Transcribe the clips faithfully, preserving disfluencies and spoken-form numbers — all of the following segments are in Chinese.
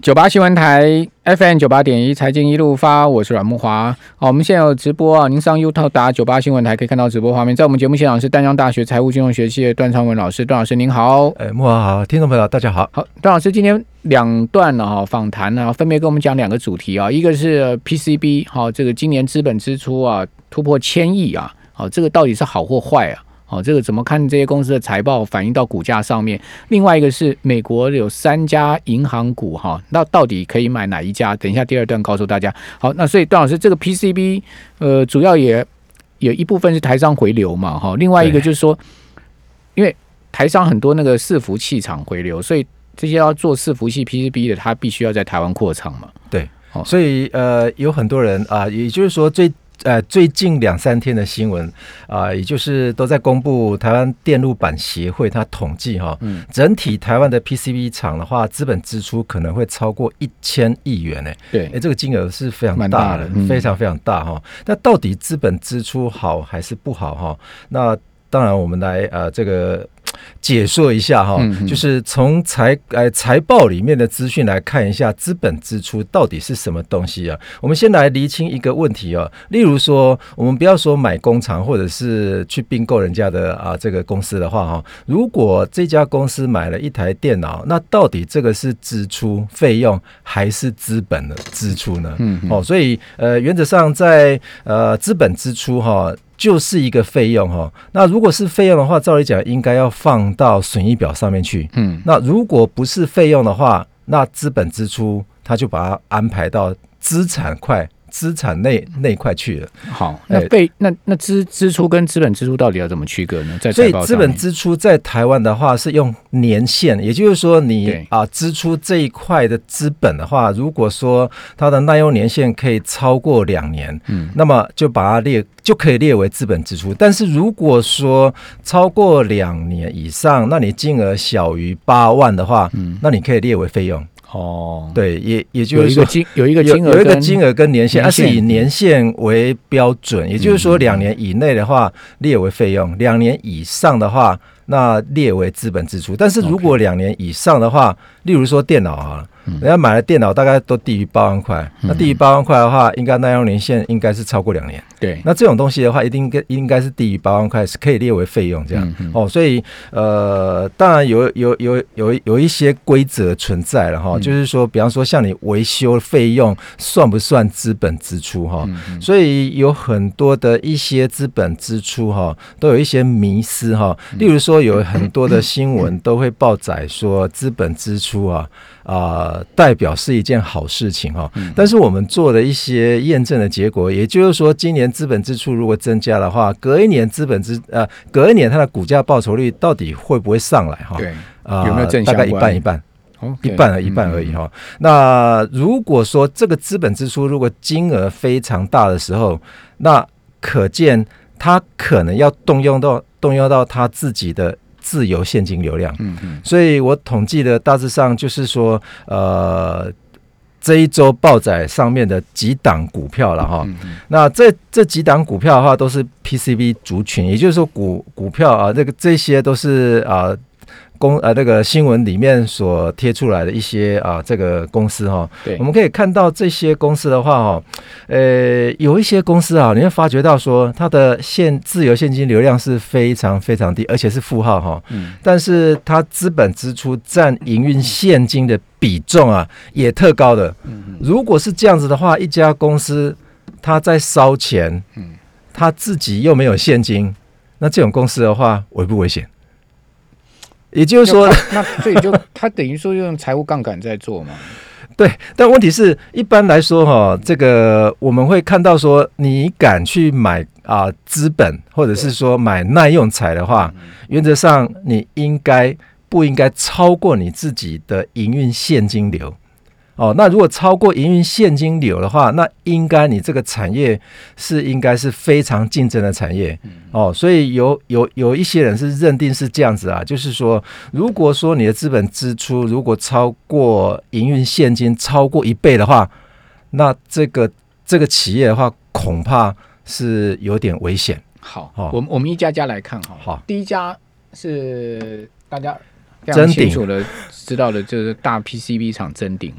九八新闻台 F M 九八点一财经一路发，我是阮慕华。好，我们现在有直播啊，您上 YouTube 打九八新闻台可以看到直播画面。在我们节目现场是淡江大学财务金融学系的段昌文老师，段老师您好。 呃，慕华好，听众朋友大家好。 好，段老师今天两段呢访谈呢，分别跟我们讲两个主题啊，一个是 P C B 好，这个今年资本支出啊突破千亿啊，好，这个到底是好或坏啊？好、哦，这个怎么看这些公司的财报反映到股价上面？另外一个是美国有三家银行股哈、哦，那到底可以买哪一家？等一下第二段告诉大家。好，那所以段老师这个 P C B 呃，主要也有一部分是台商回流嘛哈、哦，另外一个就是说，因为台商很多那个伺服器厂回流，所以这些要做伺服器 P C B 的，他必须要在台湾扩厂嘛。 对，哦、所以呃，有很多人啊、呃，也就是说最。呃，最近两三天的新闻啊、呃，也就是都在公布台湾电路板协会它统计哈、哦嗯，整体台湾的 P C B 厂的话，资本支出可能会超过一千亿元呢。 对， 哎，这个金额是非常大的， 大的嗯、 非常非常大哈、哦。那到底资本支出好还是不好哈、哦？那当然，我们来呃这个。解说一下哈，嗯、就是从财呃财报里面的资讯来看一下资本支出到底是什么东西啊？我们先来厘清一个问题哦，例如说，我们不要说买工厂或者是去并购人家的啊这个公司的话哈，如果这家公司买了一台电脑，那到底这个是支出费用还是资本的支出呢？嗯，哦，所以呃原则上在呃资本支出哈。就是一个费用哈，那如果是费用的话，照理讲应该要放到损益表上面去。嗯，那如果不是费用的话，那资本支出它就把它安排到资产块。资产那那一块去了。 好，那费那那支支出跟资本支出到底要怎么区隔呢？在所以资本支出在台湾的话是用年限，也就是说你啊支出这一块的资本的话，如果说它的耐用年限可以超过两年，嗯，那么就把它列就可以列为资本支出。但是如果说超过两年以上，那你金额小于八万的话，嗯，那你可以列为费用。哦，对，也也就是说有一个金额有一个金额跟年限，它、啊、是以年限为标准，也就是说两年以内的话列为费用，两年以上的话那列为资本支出。但是如果两年以上的话，例如说电脑啊。人家买的电脑大概都低于八万块，那低于八万块的话，应该耐用年限应该是超过两年。 对， 那这种东西的话，一定应该是低于八万块，是可以列为费用这样。嗯、哦，所以呃，当然有有有有有一些规则存在了哈、嗯，就是说，比方说像你维修费用算不算资本支出哈、嗯？所以有很多的一些资本支出哈，都有一些迷思哈。例如说，有很多的新闻都会报载说资本支出啊。啊、呃，代表是一件好事情哈、嗯，但是我们做的一些验证的结果，也就是说，今年资本支出如果增加的话，隔一年资本支呃，隔一年它的股价报酬率到底会不会上来哈？ 对，呃、有没有正相关？ 大概一半一半， okay, 一半一半而已哈、嗯。那如果说这个资本支出如果金额非常大的时候，那可见它可能要动用到动用到它自己的。自由现金流量，嗯嗯，所以我统计的大致上就是说，呃，这一周报载上面的几档股票了哈、嗯，那这这几档股票的话都是 P C B 族群，也就是说股股票啊，这个这些都是啊。公呃那个新闻里面所贴出来的一些啊这个公司哈，我们可以看到这些公司的话哈，呃有一些公司啊，你会发觉到说它的现自由现金流量是非常非常低，而且是负号哈，嗯，但是它资本支出占营运现金的比重啊也特高的。如果是这样子的话，一家公司它在烧钱，嗯，它自己又没有现金，那这种公司的话危不危险？也就是说， 那所以就他等于说用财务杠杆在做嘛。 对，但问题是一般来说哈，这个我们会看到说，你敢去买啊、呃、资本，或者是说买耐用材的话，原则上你应该不应该超过你自己的营运现金流？哦，那如果超过营运现金流的话，那应该你这个产业是应该是非常竞争的产业哦。所以有有有一些人是认定是这样子啊，就是说，如果说你的资本支出如果超过营运现金超过一倍的话，那这个这个企业的话，恐怕是有点危险。 好，哦、我们我们一家家来看哈。好，第一家是大家非常清楚的知道的，就是大 P C B 厂臻鼎嘛。 对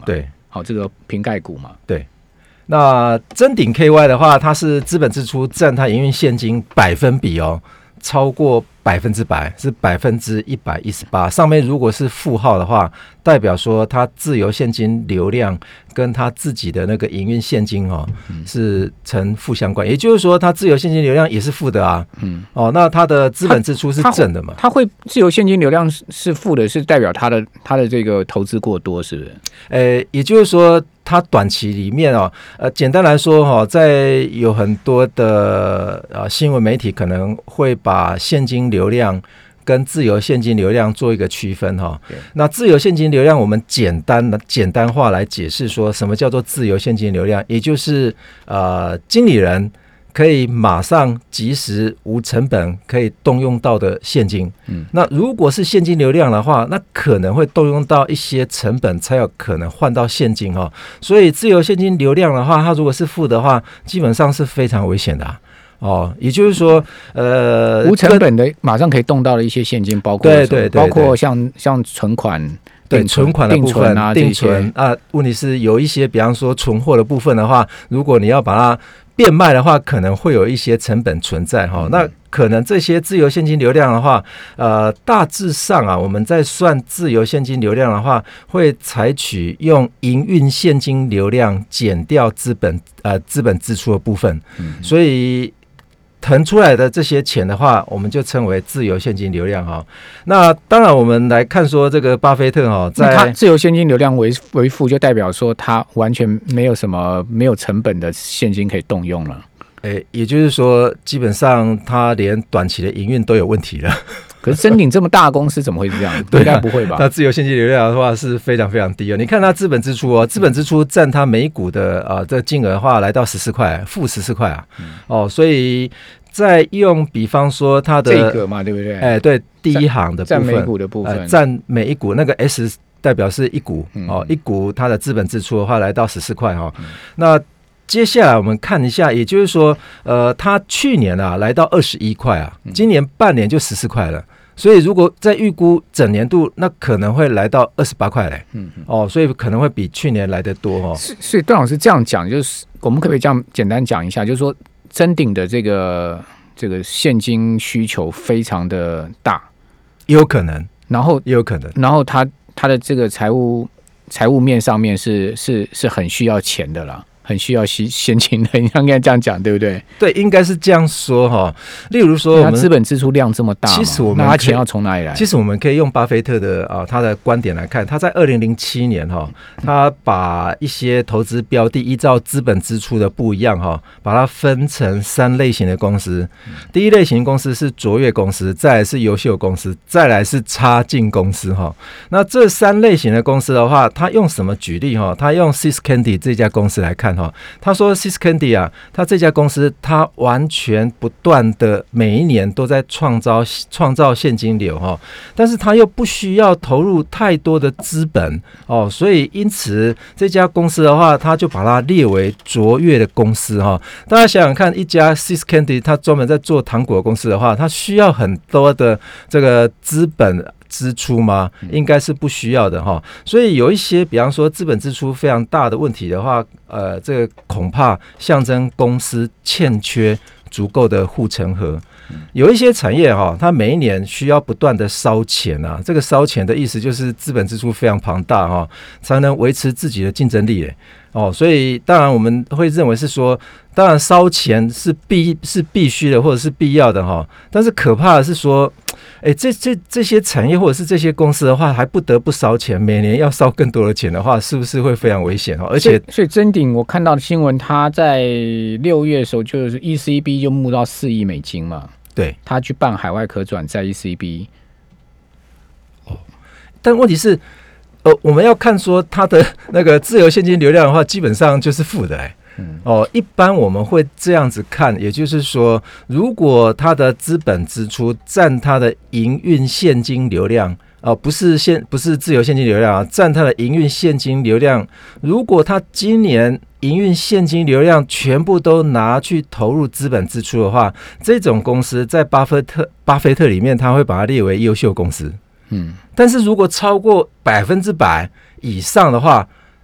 好，这个瓶盖股嘛。 对。那臻鼎 K Y 的话，它是资本支出占它营运现金百分比哦，超过百分之百，是百分之一百一十八。上面如果是负号的话，代表说它自由现金流量跟它自己的那个营运现金哦、嗯、是成负相关，也就是说它自由现金流量也是负的啊。嗯，哦，那它的资本支出是正的嘛？ 它会自由现金流量是负的，是代表它的它的这个投资过多，是不是？ 呃，也就是说。它短期里面哦，呃，简单来说哈、哦，在有很多的呃新闻媒体可能会把现金流量跟自由现金流量做一个区分哈、哦。那自由现金流量，我们简单的简单化来解释说，什么叫做自由现金流量？也就是呃，经理人可以马上及时无成本可以动用到的现金。嗯，那如果是现金流量的话，那可能会动用到一些成本才有可能换到现金哦。所以自由现金流量的话，它如果是负的话，基本上是非常危险的、啊。哦，也就是说，呃， 无成本的马上可以动到的一些现金，包括对对 对, 对， 包括像像存款。 对存款的部分啊， 定存啊，问题是有一些，比方说存货的部分的话，如果你要把它变卖的话，可能会有一些成本存在哈、嗯。那可能这些自由现金流量的话，呃，大致上啊，我们在算自由现金流量的话，会采取用营运现金流量减掉资本呃资本支出的部分，嗯、所以。腾出来的这些钱的话，我们就称为自由现金流量哈。那当然，我们来看说这个巴菲特哈，在他自由现金流量为为负，就代表说他完全没有什么没有成本的现金可以动用了。 诶，也就是说，基本上他连短期的营运都有问题了。 可是臻鼎这么大的公司怎么会这样？ 对、啊， 应该不会吧？ 它自由现金流量的话是非常非常低哦。你看它资本支出哦，资本支出占它每股的啊、呃、这个金额的话，来到十四块，负十四块啊、嗯。哦，所以再用比方说它的这个嘛，对不对？ 哎，对，第一行的部分， 占每股的部分， 占、呃、每一股那个 S 代表是一股、嗯、哦，一股它的资本支出的话来到十四块哈。嗯、那接下来我们看一下，也就是说，呃，它去年啊来到二十一块啊，今年半年就十四块了。所以如果在预估整年度，那可能会来到二十八块嘞。嗯哦，所以可能会比去年来得多哦。 所以段老师这样讲，就是我们可不可以这样简单讲一下，就是说臻鼎的这个这个现金需求非常的大， 也有可能， 然后也有可能， 然后它它的这个财务财务面上面是是是很需要钱的啦。很需要现金的，你应该这样讲，对不对？ 对，应该是这样说哈。例如说，我们资本支出量这么大， 其实我们那他钱要从哪里来？ 其实我们可以用巴菲特的啊他的观点来看，他在二零零七年哈，他把一些投资标的依照资本支出的不一样哈，把它分成三类型的公司。第一类型公司是卓越公司，再来是优秀公司，再来是差劲公司哈。那这三类型的公司的话，他用什么举例哈？他用 Syscandy 这家公司来看。他说 Syscandy 啊，他这家公司他完全不断的每一年都在创造创造现金流哈，但是他又不需要投入太多的资本哦，所以因此这家公司的话，他就把它列为卓越的公司哈。大家想想看，一家 Syscandy 他专门在做糖果公司的话，他需要很多的这个资本支出吗？应该是不需要的哈。所以有一些比方说资本支出非常大的问题的话，呃，这个恐怕象征公司欠缺足够的护城河。有一些产业哈，它每一年需要不断的烧钱啊，这个烧钱的意思就是资本支出非常庞大哈，才能维持自己的竞争力耶。哦，所以当然我们会认为是说，当然烧钱是必是必须的或者是必要的哈，但是可怕的是说，哎，这这这些产业或者是这些公司的话，还不得不烧钱，每年要烧更多的钱的话，是不是会非常危险？而且， 所以臻鼎我看到的新闻，他在六月的时候就是 E C B 就募到四亿美金嘛， 对， 他去办海外可转债 E C B。 哦，但问题是。呃，我们要看说它的那个自由现金流量的话，基本上就是负的哎、欸。嗯、哦，一般我们会这样子看，也就是说，如果它的资本支出占它的营运现金流量，哦、呃，不是现不是自由现金流量啊，占它的营运现金流量，如果它今年营运现金流量全部都拿去投入资本支出的话，这种公司在巴菲特巴菲特里面，他会把它列为优秀公司。嗯，但是如果超过百分之百以上的话，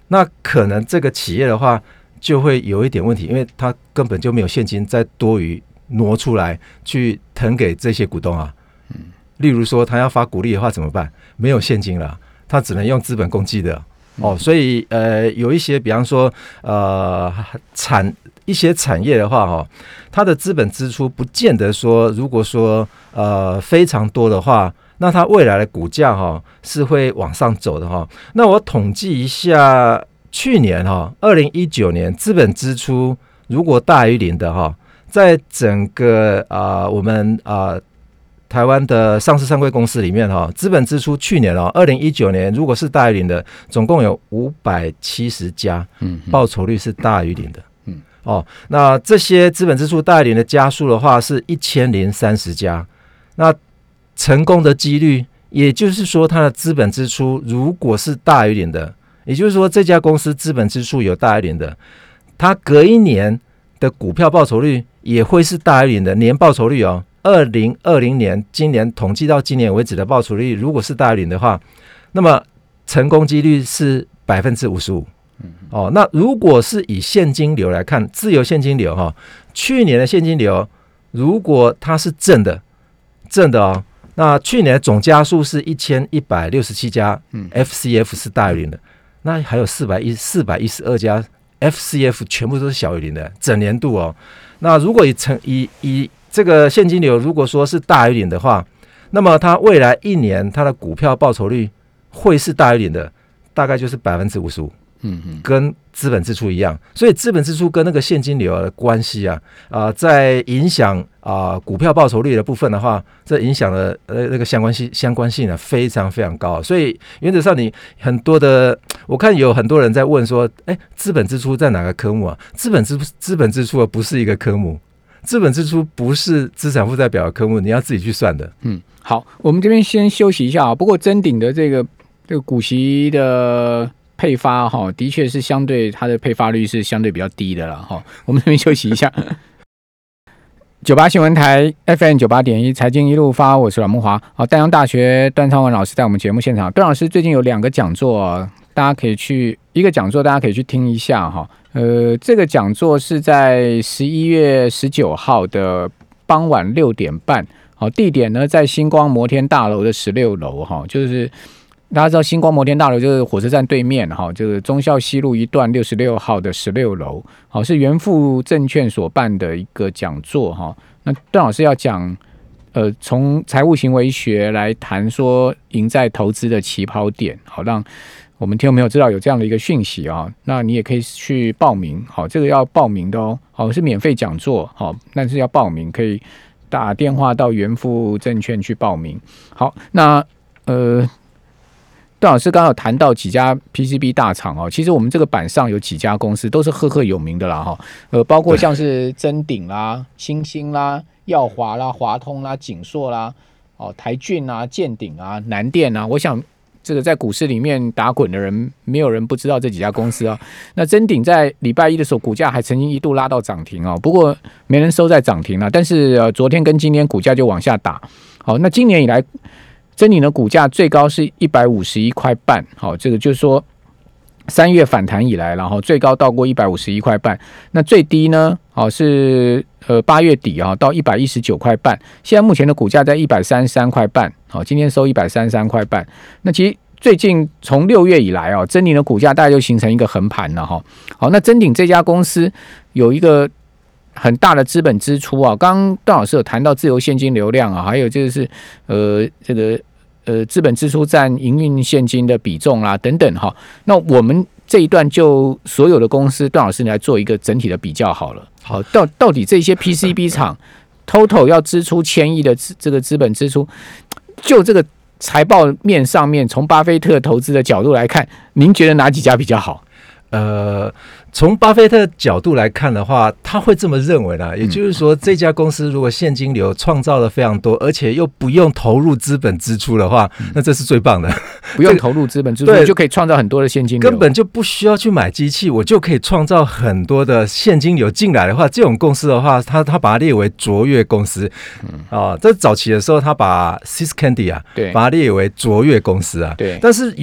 那可能这个企业的话就会有一点问题，因为它根本就没有现金再多余挪出来去腾给这些股东啊。嗯，例如说他要发股利的话怎么办？没有现金了，他只能用资本公积的。哦，所以呃，有一些比方说呃产一些产业的话哦，它的资本支出不见得说，如果说呃非常多的话，那它未来的股价哈、哦、是会往上走的哈、哦。那我统计一下，去年哈二零一九年资本支出如果大于零的哈、哦，在整个啊、呃、我们啊。呃台湾的上市上柜公司里面哈，资本支出去年哦，二零一九年如果是大于零的，总共有五百七十家，嗯，报酬率是大于零的，嗯，哦，那这些资本支出大于零的家数的话是一千零三十家，那成功的几率，也就是说它的资本支出如果是大于零的，也就是说这家公司资本支出有大于零的，它隔一年的股票报酬率也会是大于零的，年报酬率哦。二零二零年今年统计到今年为止的报酬率如果是大于零的话，那么成功几率是百分之五十五。哦，那如果是以现金流来看，自由现金流哈、哦，去年的现金流如果它是正的，正的哦，那去年的总家数是一千一百六十七家、嗯、，F C F 是大于零的，那还有四百一四百一十二家 F C F 全部都是小于零的，整年度哦。那如果以成以以这个现金流如果说是大于零的话，那么它未来一年它的股票报酬率会是大于零的，大概就是百分之五十五，嗯嗯，跟资本支出一样。所以资本支出跟那个现金流的关系啊，啊、呃，在影响啊、呃、股票报酬率的部分的话，这影响的呃那个相关性相关性呢非常非常高。所以原则上你很多的，我看有很多人在问说，哎，资本支出在哪个科目啊？资本支资本支出不是一个科目。资本支出不是资产负债表的科目，你要自己去算的。 嗯，好，我们这边先休息一下啊。不过臻鼎的这个这个股息的配发哈，的确是相对它的配发率是相对比较低的了哈。我们这边休息一下。九八新闻台 F M 九八点一财经一路发，我是阮慕骅。好，淡江大学段昌文老师在我们节目现场。段老师最近有两个讲座，大家可以去一个讲座，大家可以去听一下哈。呃，这个讲座是在十一月十九号的傍晚六点半，好，地点呢在星光摩天大楼的十六楼哈，就是大家知道星光摩天大楼就是火车站对面哈，就是忠孝西路一段六十六号的十六楼，好，是元富证券所办的一个讲座哈。那段老师要讲，呃，从财务行为学来谈说赢在投资的起跑点，好让。我们听众朋友知道有这样的一个讯息啊，那你也可以去报名，好，这个要报名的哦，好，是免费讲座，好，但是要报名，可以打电话到元富证券去报名。好，那呃，段老师刚刚有谈到几家 P C B 大厂哦，其实我们这个板上有几家公司都是赫赫有名的啦哈，呃，包括像是臻鼎啦、新兴啦、耀华啦、华通啦、景硕啦、哦台骏啊、建鼎啊、南电啊，我想。这个在股市里面打滚的人，没有人不知道这几家公司啊。那臻鼎在礼拜一的时候，股价还曾经一度拉到涨停哦，不过没人收在涨停了。但是呃，昨天跟今天股价就往下打。好，那今年以来，臻鼎的股价最高是一百五十一块半。好，这个就是说三月反弹以来，然后最高到过一百五十一块半。那最低呢，好是呃八月底啊到一百一十九块半。现在目前的股价在一百三十三块半。好，今天收一百三十三块半。那其实最近从六月以来哦，臻鼎的股价大概就形成一个横盘了哈。好，那臻鼎这家公司有一个很大的资本支出啊，刚刚段老师有谈到自由现金流量啊，还有就是呃这个呃资本支出占营运现金的比重啦、啊、等等哈。那我们这一段就所有的公司，段老师你来做一个整体的比较好了。好，到到底这些 P C B 厂 total 要支出千亿的这个资本支出，就这个财报面上面，从巴菲特投资的角度来看，您觉得哪几家比较好？ 呃，从巴菲特角度来看的话，他会这么认为啦。也就是说，这家公司如果现金流创造的非常多，而且又不用投入资本支出的话，那这是最棒的。 不用投入资本支出，这个、就可以创造很多的现金流， 根本就不需要去买机器，我就可以创造很多的现金流进来的话，这种公司的话，他他把它列为卓越公司。嗯啊，在早期的时候，他把 Syscandy 啊，对，把它列为卓越公司啊。 对， 但是有一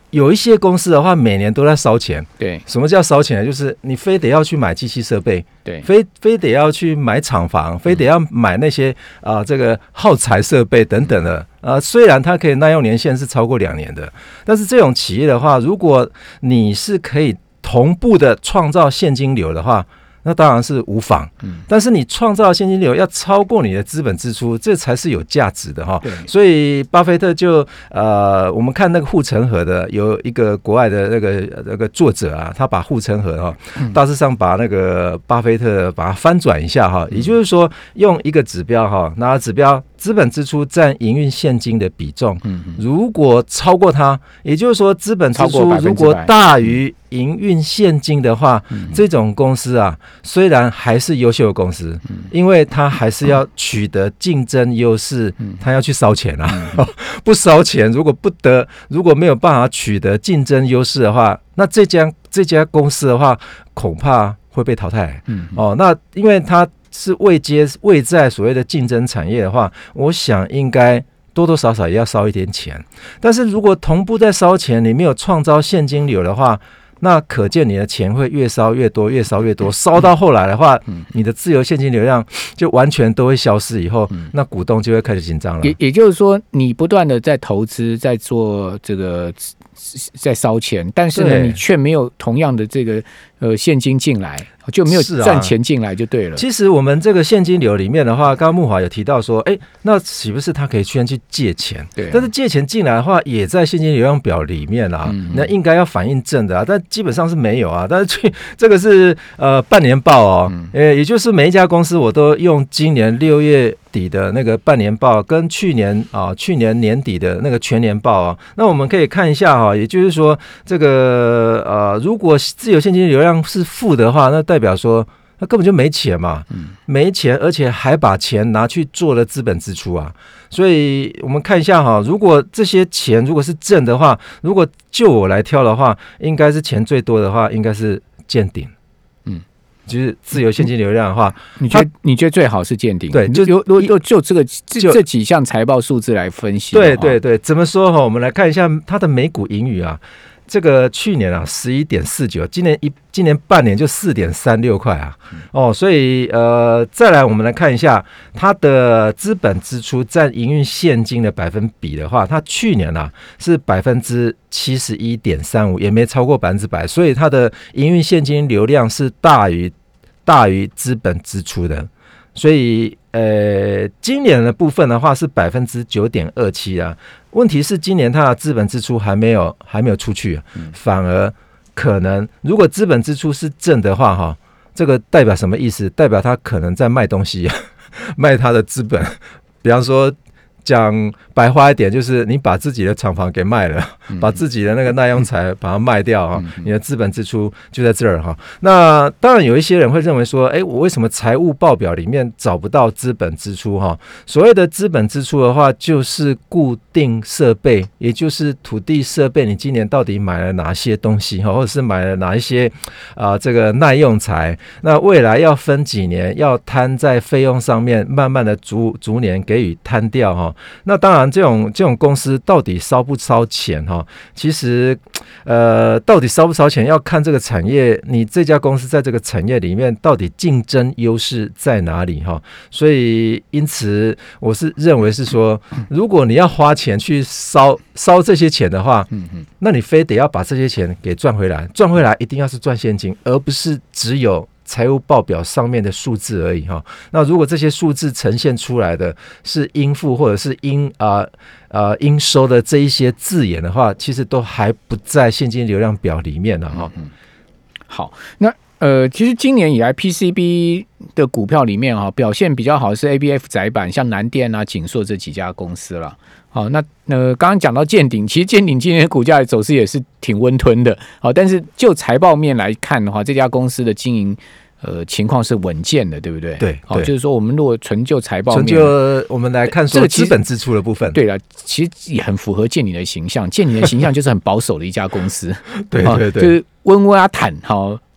有一些公司的话，每年都在烧钱。 对， 什么叫烧钱呢？就是你非得要去买机器设备， 对， 非非得要去买厂房，非得要买那些啊、呃、这个耗材设备等等的啊、呃。虽然它可以耐用年限是超过两年的，但是这种企业的话，如果你是可以同步的创造现金流的话，那当然是无妨，嗯，但是你创造现金流要超过你的资本支出，这才是有价值的哈。所以巴菲特就呃，我们看那个护城河的，有一个国外的那个那个作者啊，他把护城河哈，大致上把那个巴菲特把它翻转一下哈，也就是说用一个指标哈，拿指标。资本支出占营运现金的比重，如果超过它，也就是说资本支出如果大于营运现金的话，这种公司啊，虽然还是优秀的公司，因为它还是要取得竞争优势，它要去烧钱啊，不烧钱，如果不得，如果没有办法取得竞争优势的话，那这家这家公司的话，恐怕会被淘汰。哦，那因为它是位接位在所谓的竞争产业的话，我想应该多多少少也要烧一点钱。但是如果同步在烧钱，你没有创造现金流的话，那可见你的钱会越烧越多，越烧越多，烧到后来的话，你的自由现金流量就完全都会消失。以后，那股东就会开始紧张了。 也也就是说，你不断的在投资，在做这个，在烧钱，但是呢，你却没有同样的这个呃现金进来，就没有赚钱进来就对了。 其实我们这个现金流里面的话，刚刚慕骅有提到说，哎，那岂不是他可以先去借钱？对、啊，但是借钱进来的话，也在现金流量表里面啊，嗯、那应该要反映正的啊，但基本上是没有啊。但是这个是呃半年报哦，呃、嗯，也就是每一家公司我都用今年六月底的那个半年报跟去年啊去年年底的那个全年报啊，那我们可以看一下哈、啊，也就是说这个呃，如果自由现金流量是负的话，那代表说他根本就没钱嘛，没钱，而且还把钱拿去做了资本支出啊。所以我们看一下哈，如果这些钱如果是正的话，如果就我来挑的话，应该是钱最多的话，应该是见顶。就是自由现金流量的话， 你觉得你觉得最好是见顶？ 对，就就就就这个这这几项财报数字来分析。 对对对，怎么说哈？我们来看一下它的每股盈余啊，这个去年啊十一点四九，今年一今年半年就四点三六块啊。哦，所以呃，再来我们来看一下它的资本支出占营运现金的百分比的话，它去年啊是百分之七十一点三五，也没超过百分之百，所以它的营运现金流量是大于大于资本支出的。所以呃，今年的部分的话是百分之九点二七啊。问题是今年它的资本支出还没有还没有出去，反而可能如果资本支出是正的话哈，这个代表什么意思？代表它可能在卖东西，卖它的资本。比方说讲白话一点，就是你把自己的厂房给卖了，嗯、把自己的那个耐用材把它卖掉哈、嗯，你的资本支出就在这儿哈。那当然有一些人会认为说，哎，我为什么财务报表里面找不到资本支出哈？所谓的资本支出的话，就是固定设备，也就是土地设备，你今年到底买了哪些东西哈，或者是买了哪一些啊、呃、这个耐用材？那未来要分几年，要摊在费用上面，慢慢的逐逐年给予摊掉哈。那当然这种这种公司到底烧不烧钱哈？其实呃，到底烧不烧钱要看这个产业，你这家公司在这个产业里面到底竞争优势在哪里哈？所以因此我是认为是说，如果你要花钱去烧烧这些钱的话，那你非得要把这些钱给赚回来，赚回来一定要是赚现金，而不是只有财务报表上面的数字而已哈。那如果这些数字呈现出来的是应付或者是应啊呃应收的这一些字眼的话，其实都还不在现金流量表里面了哈。 嗯，好，那呃，其实今年以来 P C B 的股票里面哈，表现比较好的是 A B F 载板，像南电啊、景硕这几家公司了。好，那呃，刚刚讲到见顶，其实见顶今年的股价的走势也是挺温吞的。好，但是就财报面来看的话，这家公司的经营呃情况是稳健的，对不对？ 对， 好，就是说我们如果纯就财报面， 纯就我们来看说资本支出的部分， 对了，其实也很符合见顶的形象。见顶的形象就是很保守的一家公司， 对对对， 就是温温啊坦哈。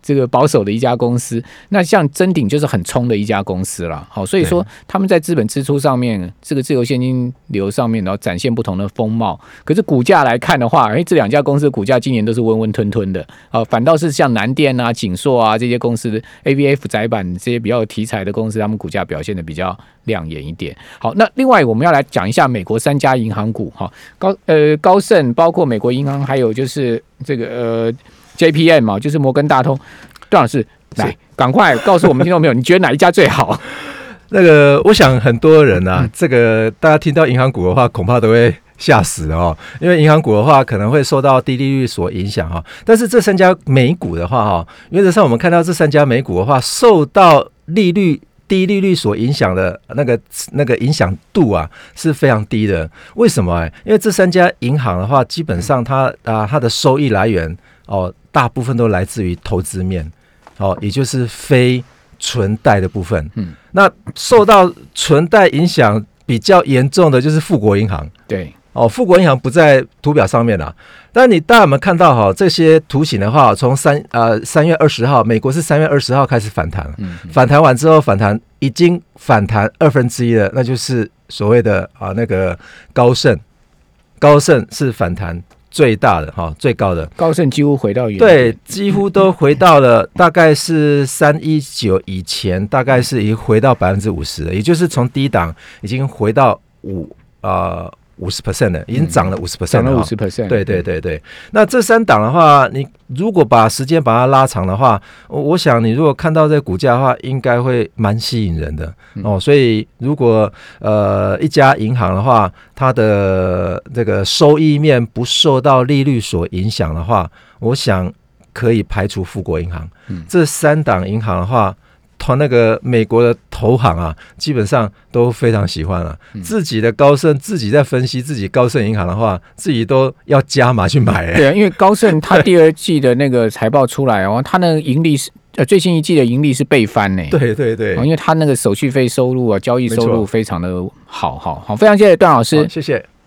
这个保守的一家公司。那像臻鼎就是很冲的一家公司了，好，所以说他们在资本支出上面，这个自由现金流上面，然后展现不同的风貌。可是股价来看的话，哎，这两家公司的股价今年都是温温吞吞的，啊，反倒是像南电啊、景硕啊这些公司 ，A B F 载板这些比较有题材的公司，他们股价表现的比较亮眼一点。好，那另外我们要来讲一下美国三家银行股，哈，高呃高盛，包括美国银行，还有就是这个呃 J P M 嘛，就是摩根大通。段老师，来赶快告诉我们听众朋友，你觉得哪一家最好？ 那个，我想很多人啊，嗯、这个大家听到银行股的话，恐怕都会吓死哦，因为银行股的话可能会受到低利率所影响哈。但是这三家美股的话哈，原则上我们看到这三家美股的话，受到利率低利率所影响的那个那个影响度啊是非常低的。为什么？因为这三家银行的话，基本上它啊它的收益来源哦，大部分都来自于投资面哦，也就是非存贷的部分。嗯，那受到存贷影响比较严重的就是富国银行。 对。 哦，富国银行不在图表上面了，但你大家有没有看到哈？这些图形的话，从三呃三月二十号，美国是三月二十号开始反弹，嗯嗯反弹完之后，反弹已经反弹二分之一了，那就是所谓的啊那个高盛，高盛是反弹最大的哈，最高的高盛几乎回到原对，几乎都回到了大概是三一九以前，大概是已经回到百分之五十了，也就是从低档已经回到五呃。五十 percent 了，已经涨了五十 percent， 涨了五十 percent。 对对对对，那这三档的话，你如果把时间把它拉长的话，我想你如果看到这个股价的话，应该会蛮吸引人的哦。所以如果呃一家银行的话，它的这个收益面不受到利率所影响的话，我想可以排除富国银行。嗯、这三档银行的话。同那个美国的投行啊，基本上都非常喜欢了、啊嗯。自己的高盛自己在分析自己高盛银行的话，自己都要加码去买、欸。 对啊，因为高盛它第二季的那个财报出来哦，它那个盈利是呃最新一季的盈利是倍翻呢、欸。 对对对、 哦，因为它那个手续费收入啊、交易收入非常的好，好好，非常谢谢段老师， 谢谢。